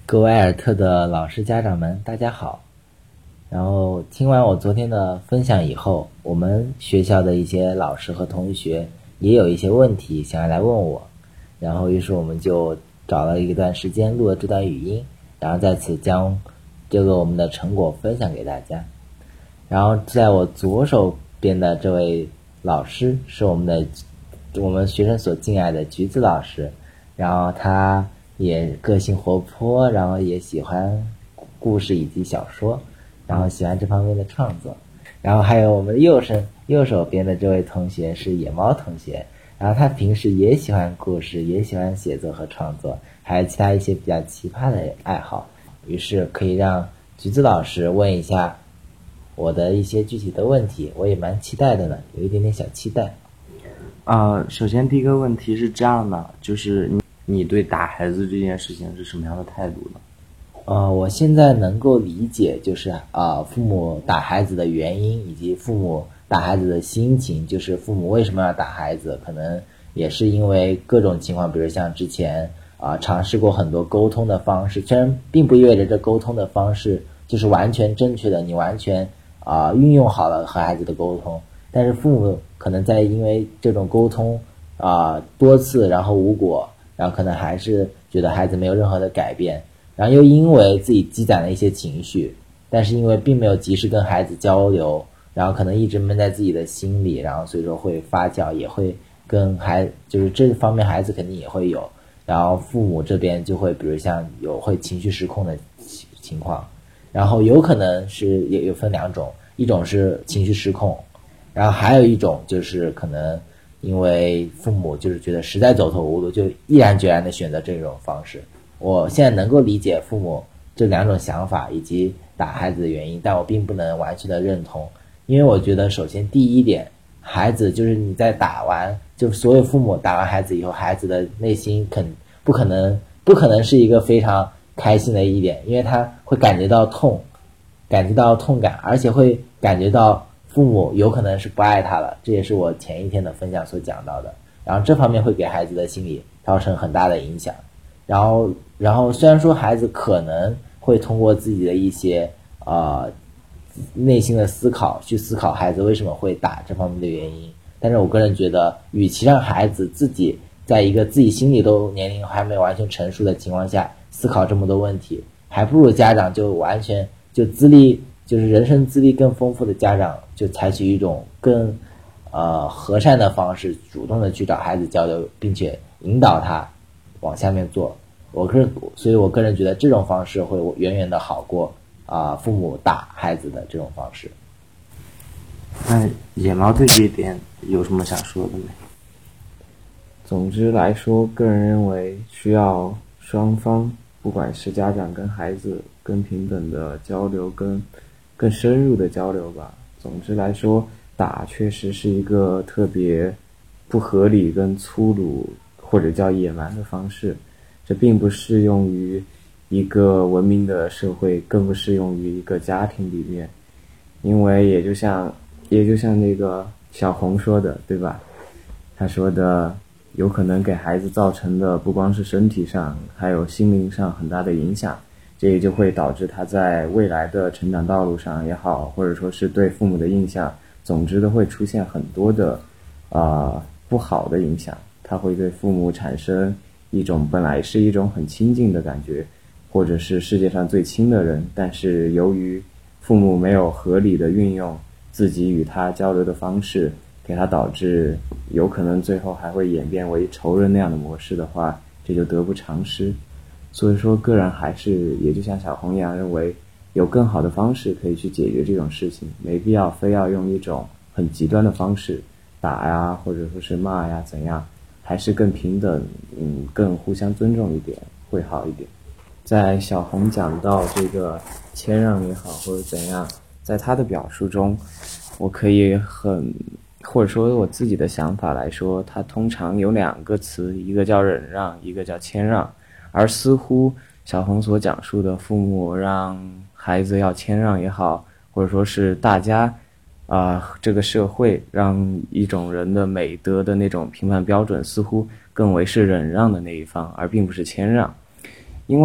各位艾尔特的老师家长们，大家好。然后听完我昨天的分享以后，我们学校的一些老师和同学也有一些问题想要来问我，然后于是我们就找了一段时间录了这段语音，然后在此将这个我们的成果分享给大家。然后在我左手边的这位老师是我们学生所敬爱的橘子老师，然后他也个性活泼，然后也喜欢故事以及小说，然后喜欢这方面的创作。然后还有我们右手边的这位同学是野猫同学，然后他平时也喜欢故事，也喜欢写作和创作，还有其他一些比较奇葩的爱好。于是可以让橘子老师问一下我的一些具体的问题，我也蛮期待的呢，有一点点小期待。 首先第一个问题是这样的，就是你对打孩子这件事情是什么样的态度呢？ 我现在能够理解，就是父母打孩子的原因，以及父母打孩子的心情，就是父母为什么要打孩子，可能也是因为各种情况，比如像之前尝试过很多沟通的方式，虽然并不意味着这沟通的方式就是完全正确的，你完全运用好了和孩子的沟通，但是父母可能在因为这种沟通多次然后无果，然后可能还是觉得孩子没有任何的改变，然后又因为自己积攒了一些情绪，但是因为并没有及时跟孩子交流，然后可能一直闷在自己的心里，然后所以说会发酵，也会跟就是这方面孩子肯定也会有，然后父母这边就会比如像会情绪失控的情况，然后有可能是也有分两种，一种是情绪失控，然后还有一种就是可能因为父母就是觉得实在走投无路，就毅然决然的选择这种方式。我现在能够理解父母这两种想法以及打孩子的原因，但我并不能完全的认同，因为我觉得首先第一点，孩子就是你在就所有父母打完孩子以后，孩子的内心不可能是一个非常开心的一点，因为他会感觉到痛感，而且会感觉到父母有可能是不爱他了，这也是我前一天的分享所讲到的，然后这方面会给孩子的心理造成很大的影响。然后虽然说孩子可能会通过自己的一些内心的思考去思考孩子为什么会打这方面的原因，但是我个人觉得与其让孩子自己在一个自己心理都年龄还没有完全成熟的情况下思考这么多问题，还不如家长就完全就是人生资历更丰富的家长就采取一种更和善的方式，主动的去找孩子交流，并且引导他往下面做。所以我个人觉得这种方式会远远的好过父母打孩子的这种方式。 那野猫对这一点有什么想说的没？ 总之来说，个人认为需要双方，不管是家长跟孩子，更平等的交流，更深入的交流吧。总之来说，打确实是一个特别不合理跟粗鲁或者叫野蛮的方式，这并不适用于一个文明的社会，更不适用于一个家庭里面。因为也就像那个小红说的，对吧？他说的有可能给孩子造成的不光是身体上，还有心灵上很大的影响，这也就会导致他在未来的成长道路上也好，或者说是对父母的印象，总之都会出现很多的不好的影响。他会对父母产生一种本来是一种很亲近的感觉，或者是世界上最亲的人，但是由于父母没有合理的运用自己与他交流的方式，给他导致有可能最后还会演变为仇人那样的模式的话，这就得不偿失。所以说个人还是也就像小红一样，认为有更好的方式可以去解决这种事情，没必要非要用一种很极端的方式打呀，或者说是骂呀怎样，还是更平等更互相尊重一点会好一点。在小红讲到这个谦让也好或者怎样，在他的表述中，我可以或者说我自己的想法来说，他通常有两个词，一个叫忍让，一个叫谦让。而似乎小红所讲述的父母让孩子要谦让也好，或者说是大家这个社会让一种人的美德的那种评判标准似乎更为是忍让的那一方，而并不是谦让。因为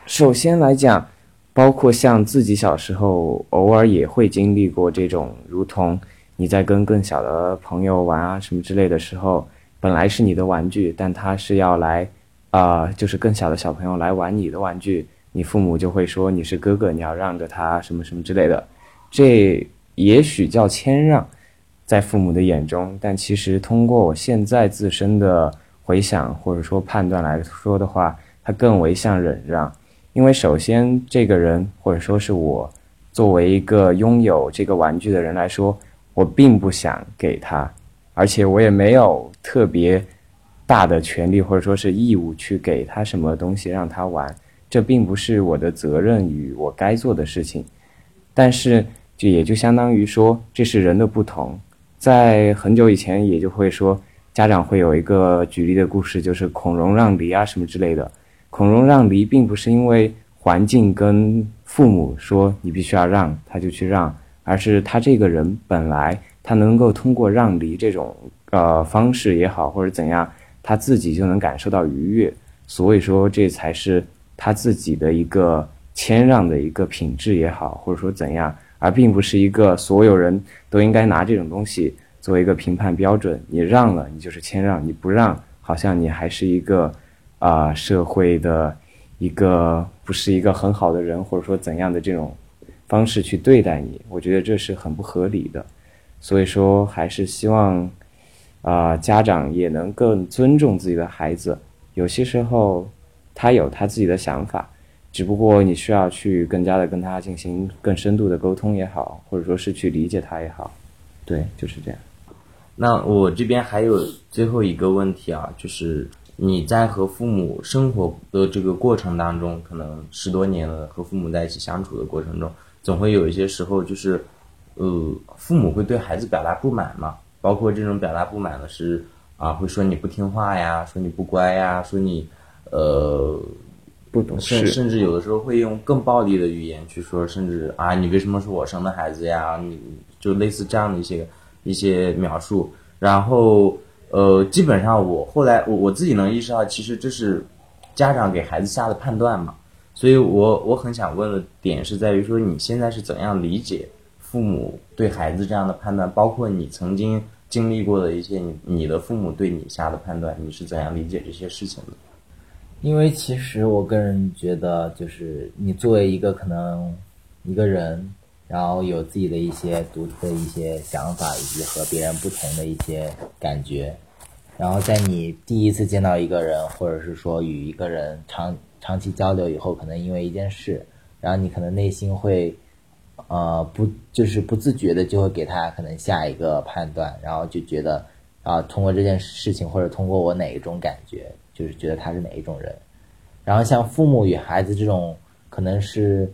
首先来讲，包括像自己小时候偶尔也会经历过这种，如同你在跟更小的朋友玩啊什么之类的时候，本来是你的玩具，但他是要来就是更小的小朋友来玩你的玩具，你父母就会说你是哥哥，你要让着他什么什么之类的。这也许叫谦让，在父母的眼中，但其实通过我现在自身的回想或者说判断来说的话，它更为像忍让。因为首先这个人或者说是我作为一个拥有这个玩具的人来说，我并不想给他，而且我也没有特别大的权利或者说是义务去给他什么东西让他玩，这并不是我的责任与我该做的事情。但是也就相当于说这是人的不同。在很久以前也就会说家长会有一个举例的故事，就是孔融让梨啊什么之类的。孔融让梨并不是因为环境跟父母说你必须要让他就去让，而是他这个人本来他能够通过让梨这种方式也好或者怎样，他自己就能感受到愉悦，所以说这才是他自己的一个谦让的一个品质也好或者说怎样，而并不是一个所有人都应该拿这种东西作为一个评判标准，你让了你就是谦让，你不让好像你还是一个社会的一个不是一个很好的人，或者说怎样的这种方式去对待你，我觉得这是很不合理的。所以说还是希望家长也能更尊重自己的孩子，有些时候他有他自己的想法，只不过你需要去更加的跟他进行更深度的沟通也好，或者说是去理解他也好。对，就是这样。 那我这边还有最后一个问题啊，就是你在和父母生活的这个过程当中，可能10多年了，和父母在一起相处的过程中，总会有一些时候就是父母会对孩子表达不满嘛，包括这种表达不满的是会说你不听话呀，说你不乖呀，说你不懂事， 甚至有的时候会用更暴力的语言去说，甚至你为什么是我生的孩子呀，你就类似这样的一些描述。然后基本上后来我自己能意识到，其实这是家长给孩子下的判断嘛。所以我很想问的点是在于说，你现在是怎样理解父母对孩子这样的判断，包括你曾经经历过的一些你的父母对你下的判断，你是怎样理解这些事情的？ 因为其实我个人觉得，就是你作为一个可能一个人，然后有自己的一些独特的一些想法，以及和别人不同的一些感觉，然后在你第一次见到一个人，或者是说与一个人长期交流以后，可能因为一件事，然后你可能内心会不自觉的就会给他可能下一个判断，然后就觉得通过这件事情或者通过我哪一种感觉，就是觉得他是哪一种人。然后像父母与孩子这种可能是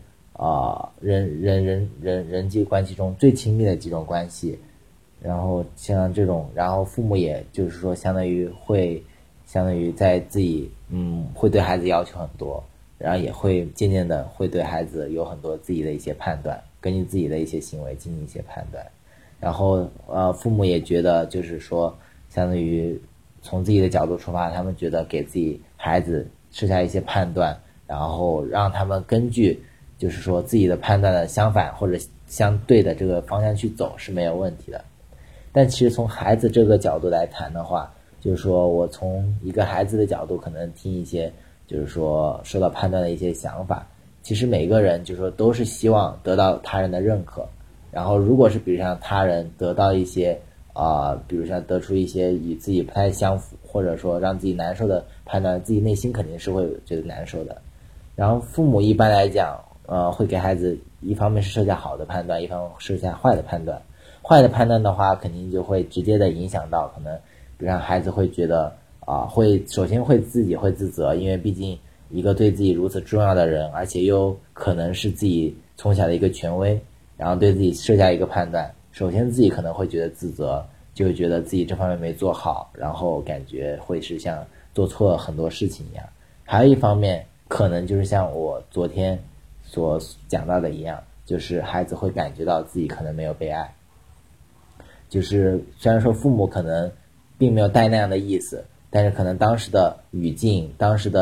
人际关系中最亲密的几种关系，然后像这种，然后父母也就是说相当于在自己会对孩子要求很多，然后也会渐渐的会对孩子有很多自己的一些判断，根据自己的一些行为进行一些判断。然后父母也觉得就是说相当于从自己的角度出发，他们觉得给自己孩子设下一些判断，然后让他们根据就是说自己的判断的相反或者相对的这个方向去走是没有问题的。但其实从孩子这个角度来谈的话，就是说我从一个孩子的角度可能听一些就是说受到判断的一些想法，其实每个人就是说都是希望得到他人的认可，然后如果是比如像他人得到一些比如像得出一些与自己不太相符或者说让自己难受的判断，自己内心肯定是会觉得难受的。然后父母一般来讲会给孩子一方面是设下好的判断，一方面设下坏的判断。坏的判断的话肯定就会直接的影响到可能比如让孩子会觉得首先自己会自责，因为毕竟一个对自己如此重要的人，而且又可能是自己从小的一个权威，然后对自己设下一个判断，首先自己可能会觉得自责，就会觉得自己这方面没做好，然后感觉会是像做错很多事情一样。还有一方面可能就是像我昨天所讲到的一样，就是孩子会感觉到自己可能没有被爱，就是虽然说父母可能并没有带那样的意思，但是可能当时的语境，当时的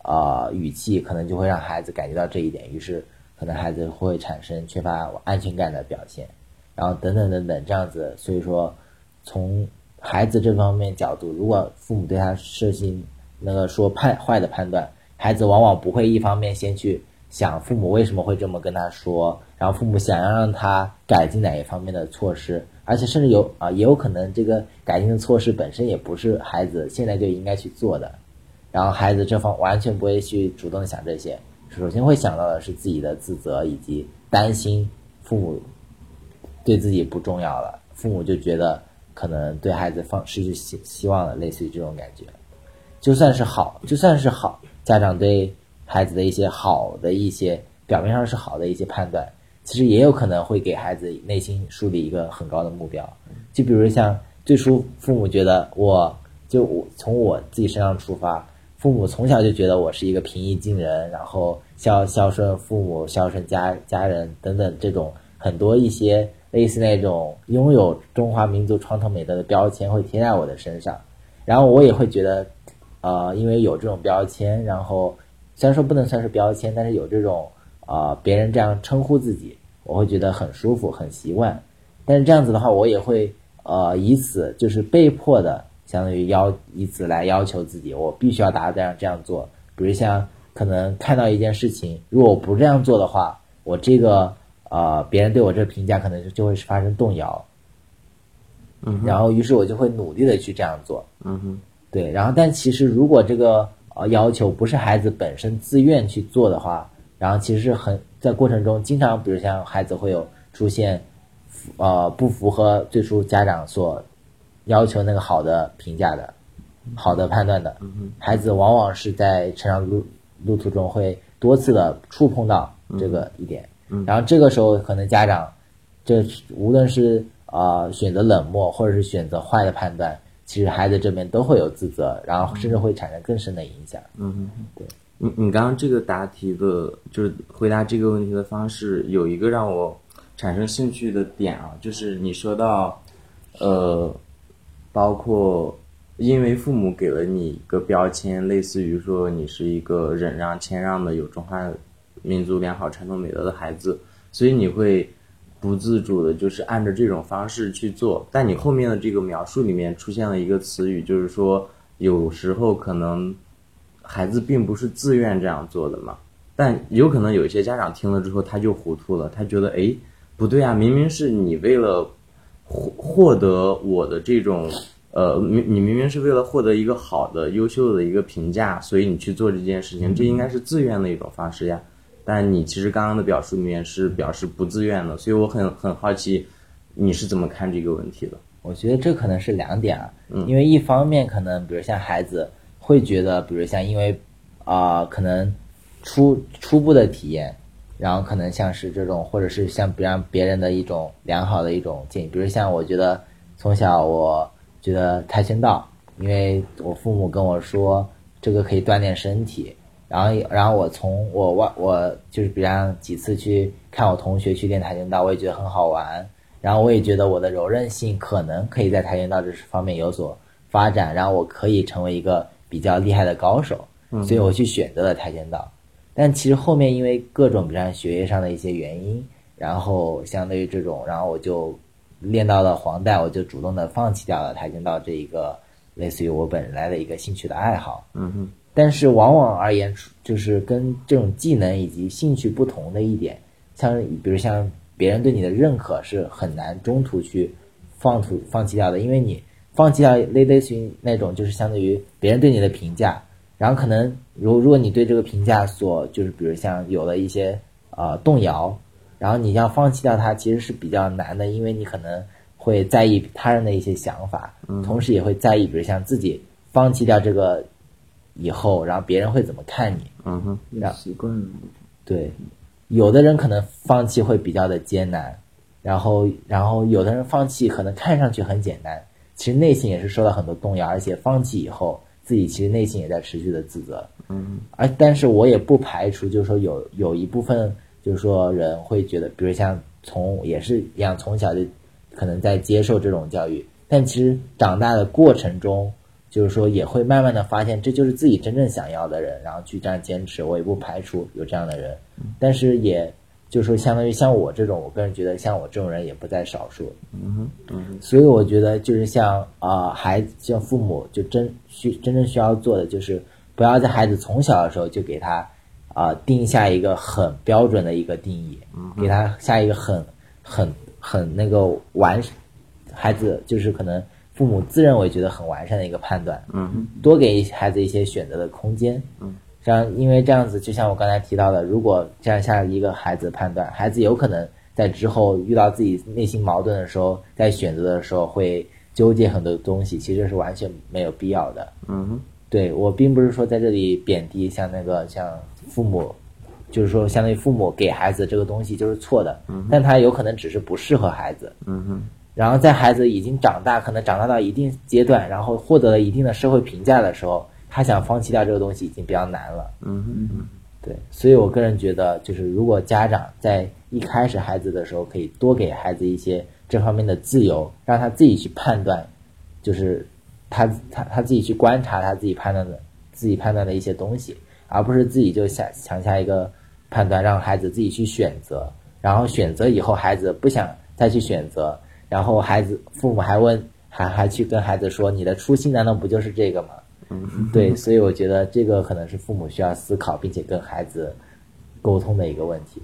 语气，可能就会让孩子感觉到这一点，于是可能孩子会产生缺乏安全感的表现，然后等等等等这样子。所以说从孩子这方面角度，如果父母对他设定那个说坏的判断，孩子往往不会一方面先去想父母为什么会这么跟他说，然后父母想要让他改进哪一方面的措施，而且甚至也有可能这个改进的措施本身也不是孩子现在就应该去做的，然后孩子这方完全不会去主动想这些，首先会想到的是自己的自责以及担心父母对自己不重要了，父母就觉得可能对孩子失去希望了，类似于这种感觉。就算是好，家长对孩子的一些好的一些表面上是好的一些判断，其实也有可能会给孩子内心树立一个很高的目标。就比如像最初父母觉得我从我自己身上出发，父母从小就觉得我是一个平易近人，然后孝顺父母，孝顺家人等等，这种很多一些类似那种拥有中华民族传统美德的标签会贴在我的身上，然后我也会觉得因为有这种标签，然后虽然说不能算是标签，但是有这种别人这样称呼自己，我会觉得很舒服很习惯。但是这样子的话，我也会以此就是被迫的相当于以此来要求自己，我必须要达到这样做。比如像可能看到一件事情，如果我不这样做的话，我这个别人对我这个评价可能就会发生动摇，然后于是我就会努力的去这样做，对。然后但其实如果这个要求不是孩子本身自愿去做的话，然后其实是在过程中经常比如像孩子会有出现不符合最初家长所要求那个好的评价的好的判断的，孩子往往是在成长路途中会多次的触碰到这个一点，然后这个时候可能家长无论是选择冷漠或者是选择坏的判断，其实孩子这边都会有自责，然后甚至会产生更深的影响。对。 你刚刚这个答题的就是回答这个问题的方式有一个让我产生兴趣的点啊，就是你说到包括因为父母给了你一个标签，类似于说你是一个忍让谦让的有中华民族良好传统美德的孩子，所以你会不自主的就是按照这种方式去做。但你后面的这个描述里面出现了一个词语，就是说有时候可能孩子并不是自愿这样做的嘛，但有可能有一些家长听了之后他就糊涂了，他觉得不对啊，明明是你为了获得我的这种你明明是为了获得一个好的优秀的一个评价，所以你去做这件事情，这应该是自愿的一种方式呀，但你其实刚刚的表述里面是表示不自愿的，所以我很好奇你是怎么看这个问题的。 我觉得这可能是两点因为一方面可能比如像孩子会觉得，比如像因为可能初步的体验，然后可能像是这种或者是像别人的一种良好的一种建议，比如像我觉得从小我觉得跆拳道，因为我父母跟我说这个可以锻炼身体，然后我就是比方几次去看我同学去练跆拳道，我也觉得很好玩，然后我也觉得我的柔韧性可能可以在跆拳道这方面有所发展，然后我可以成为一个比较厉害的高手，所以我去选择了跆拳道。但其实后面因为各种比如学业上的一些原因，然后相对于这种，然后我就练到了黄带，我就主动的放弃掉了跆拳道这一个类似于我本来的一个兴趣的爱好。但是往往而言，就是跟这种技能以及兴趣不同的一点，比如像别人对你的认可是很难中途去放弃掉的，因为你放弃掉类似于那种就是相对于别人对你的评价，然后可能如果你对这个评价就是比如像有了一些动摇，然后你要放弃掉它其实是比较难的，因为你可能会在意他人的一些想法，同时也会在意比如像自己放弃掉这个以后，然后别人会怎么看你。 习惯了。 对，有的人可能放弃会比较的艰难，然后有的人放弃可能看上去很简单，其实内心也是受到很多动摇，而且放弃以后自己其实内心也在持续的自责。但是我也不排除就是说有一部分就是说人会觉得，比如像也是一样从小就可能在接受这种教育，但其实长大的过程中就是说也会慢慢的发现这就是自己真正想要的人，然后去这样坚持。我也不排除有这样的人，但是也就是说相当于像我这种，我个人觉得像我这种人也不在少数。所以我觉得就是像孩子像父母就真正需要做的就是不要在孩子从小的时候就给他定下一个很标准的一个定义，给他下一个很那个孩子就是可能父母自认为觉得很完善的一个判断，多给孩子一些选择的空间，这样因为这样子就像我刚才提到的，如果这样下一个孩子判断，孩子有可能在之后遇到自己内心矛盾的时候，在选择的时候会纠结很多东西，其实是完全没有必要的。对，我并不是说在这里贬低像父母，就是说相当于父母给孩子这个东西就是错的，但他有可能只是不适合孩子。然后在孩子已经长大，可能长大到一定阶段，然后获得了一定的社会评价的时候，他想放弃掉这个东西已经比较难了。对，所以我个人觉得就是如果家长在一开始孩子的时候可以多给孩子一些这方面的自由，让他自己去判断，就是他自己去观察他自己判断的一些东西，而不是自己就想下一个判断，让孩子自己去选择，然后选择以后孩子不想再去选择，然后父母还去跟孩子说你的初心难道不就是这个吗？对，所以我觉得这个可能是父母需要思考并且跟孩子沟通的一个问题。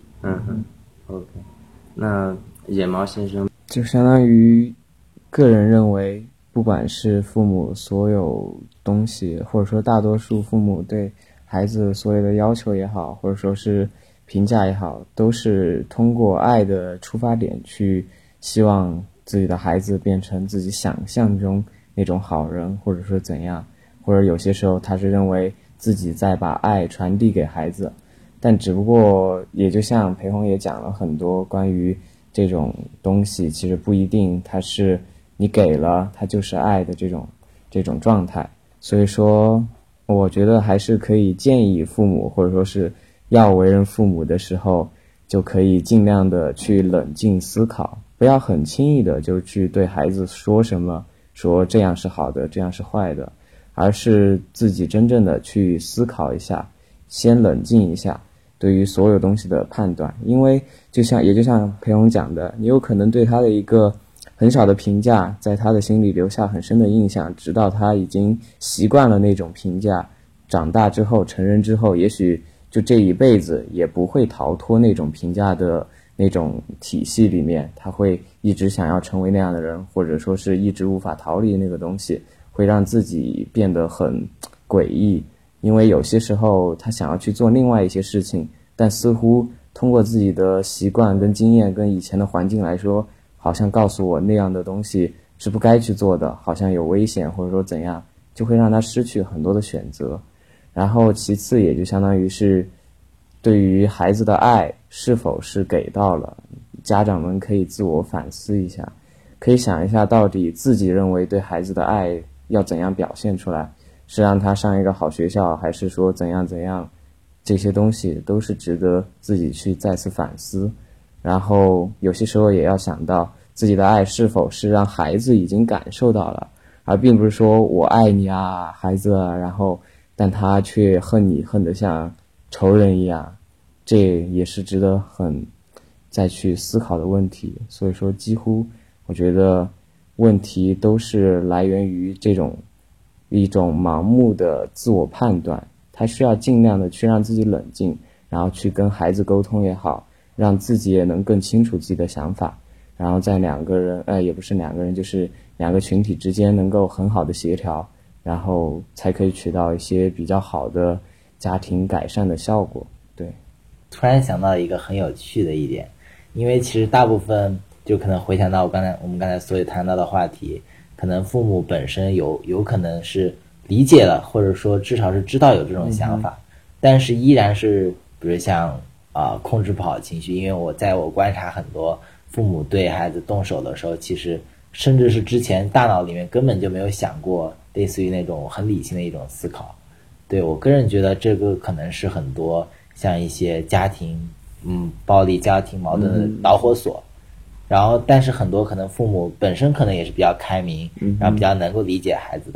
OK， 那野猫先生就相当于个人认为，不管是父母所有东西，或者说大多数父母对孩子所有的要求也好，或者说是评价也好，都是通过爱的出发点去希望自己的孩子变成自己想象中那种好人，或者说怎样，或者有些时候他是认为自己在把爱传递给孩子，但只不过也就像裴红也讲了很多关于这种东西，其实不一定它是你给了它就是爱的这种状态。所以说我觉得还是可以建议父母，或者说是要为人父母的时候，就可以尽量的去冷静思考，不要很轻易的就去对孩子说什么，说这样是好的，这样是坏的，而是自己真正的去思考一下，先冷静一下对于所有东西的判断。因为也就像裴红讲的，你有可能对他的一个很小的评价在他的心里留下很深的印象，直到他已经习惯了那种评价，长大之后成人之后，也许就这一辈子也不会逃脱那种评价的那种体系里面，他会一直想要成为那样的人，或者说是一直无法逃离那个东西，会让自己变得很诡异。因为有些时候他想要去做另外一些事情，但似乎通过自己的习惯跟经验跟以前的环境来说，好像告诉我那样的东西是不该去做的，好像有危险或者说怎样，就会让他失去很多的选择。然后其次也就相当于是对于孩子的爱是否是给到了，家长们可以自我反思一下，可以想一下到底自己认为对孩子的爱要怎样表现出来，是让他上一个好学校，还是说怎样怎样，这些东西都是值得自己去再次反思。然后有些时候也要想到自己的爱是否是让孩子已经感受到了，而并不是说我爱你啊孩子啊，然后但他却恨你恨得像仇人一样，这也是值得很再去思考的问题。所以说几乎我觉得问题都是来源于一种盲目的自我判断，他需要尽量的去让自己冷静，然后去跟孩子沟通也好，让自己也能更清楚自己的想法，然后在两个人也不是两个人，就是两个群体之间能够很好的协调，然后才可以取到一些比较好的家庭改善的效果。对， 突然想到一个很有趣的一点，因为其实大部分就可能回想到我们刚才所有谈到的话题，可能父母本身有可能是理解了，或者说至少是知道有这种想法，但是依然是比如像控制不好情绪。因为我观察很多父母对孩子动手的时候，其实甚至是之前大脑里面根本就没有想过类似于那种很理性的一种思考。对，我个人觉得这个可能是很多像一些家庭暴力家庭矛盾的导火索。但是很多可能父母本身可能也是比较开明，然后比较能够理解孩子的，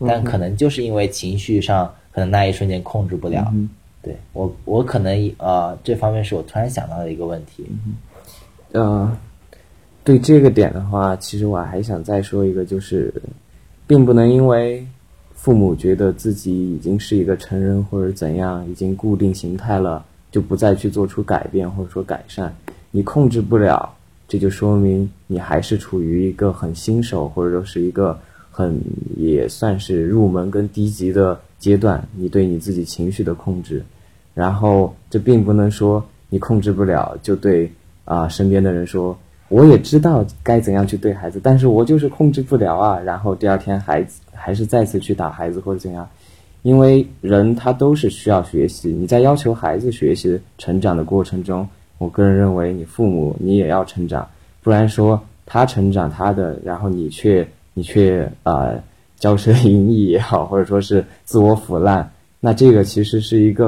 但可能就是因为情绪上可能那一瞬间控制不了。对，我可能这方面是我突然想到的一个问题。 对这个点的话，其实我还想再说一个，就是并不能因为父母觉得自己已经是一个成人或者怎样，已经固定形态了，就不再去做出改变或者说改善。你控制不了，这就说明你还是处于一个很新手，或者说是一个也算是入门跟低级的阶段，你对你自己情绪的控制。然后这并不能说你控制不了就对身边的人说，我也知道该怎样去对孩子，但是我就是控制不了啊，然后第二天还是再次去打孩子或者怎样。因为人他都是需要学习，你在要求孩子学习成长的过程中，我个人认为你父母你也要成长，不然说他成长他的，然后你却骄奢淫逸也好，或者说是自我腐烂，那这个其实是一个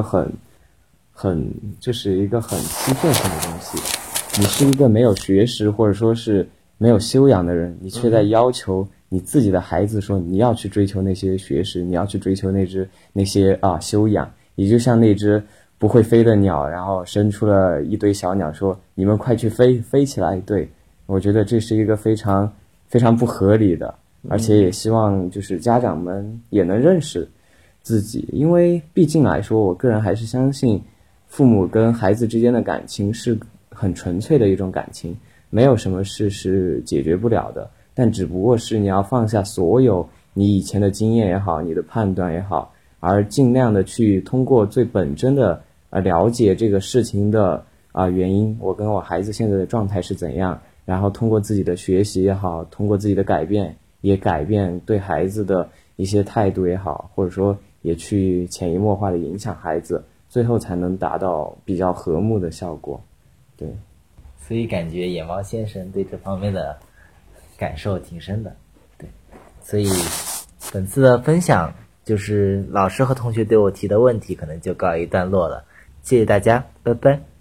就是一个很欺骗性的东西。你是一个没有学识或者说是没有修养的人，你却在要求你自己的孩子说你要去追求那些学识，你要去追求那些修养。也就像那只不会飞的鸟，然后生出了一堆小鸟，说你们快去飞起来。对，我觉得这是一个非常非常不合理的，而且也希望就是家长们也能认识自己，因为毕竟来说，我个人还是相信父母跟孩子之间的感情是很纯粹的一种感情，没有什么事是解决不了的，但只不过是你要放下所有你以前的经验也好，你的判断也好，而尽量的去通过最本真的了解这个事情的原因，我跟我孩子现在的状态是怎样，然后通过自己的学习也好，通过自己的改变，也改变对孩子的一些态度也好，或者说也去潜移默化的影响孩子，最后才能达到比较和睦的效果。对， 所以感觉野猫先生对这方面的感受挺深的。对，所以本次的分享就是老师和同学对我提的问题可能就告一段落了，谢谢大家，拜拜。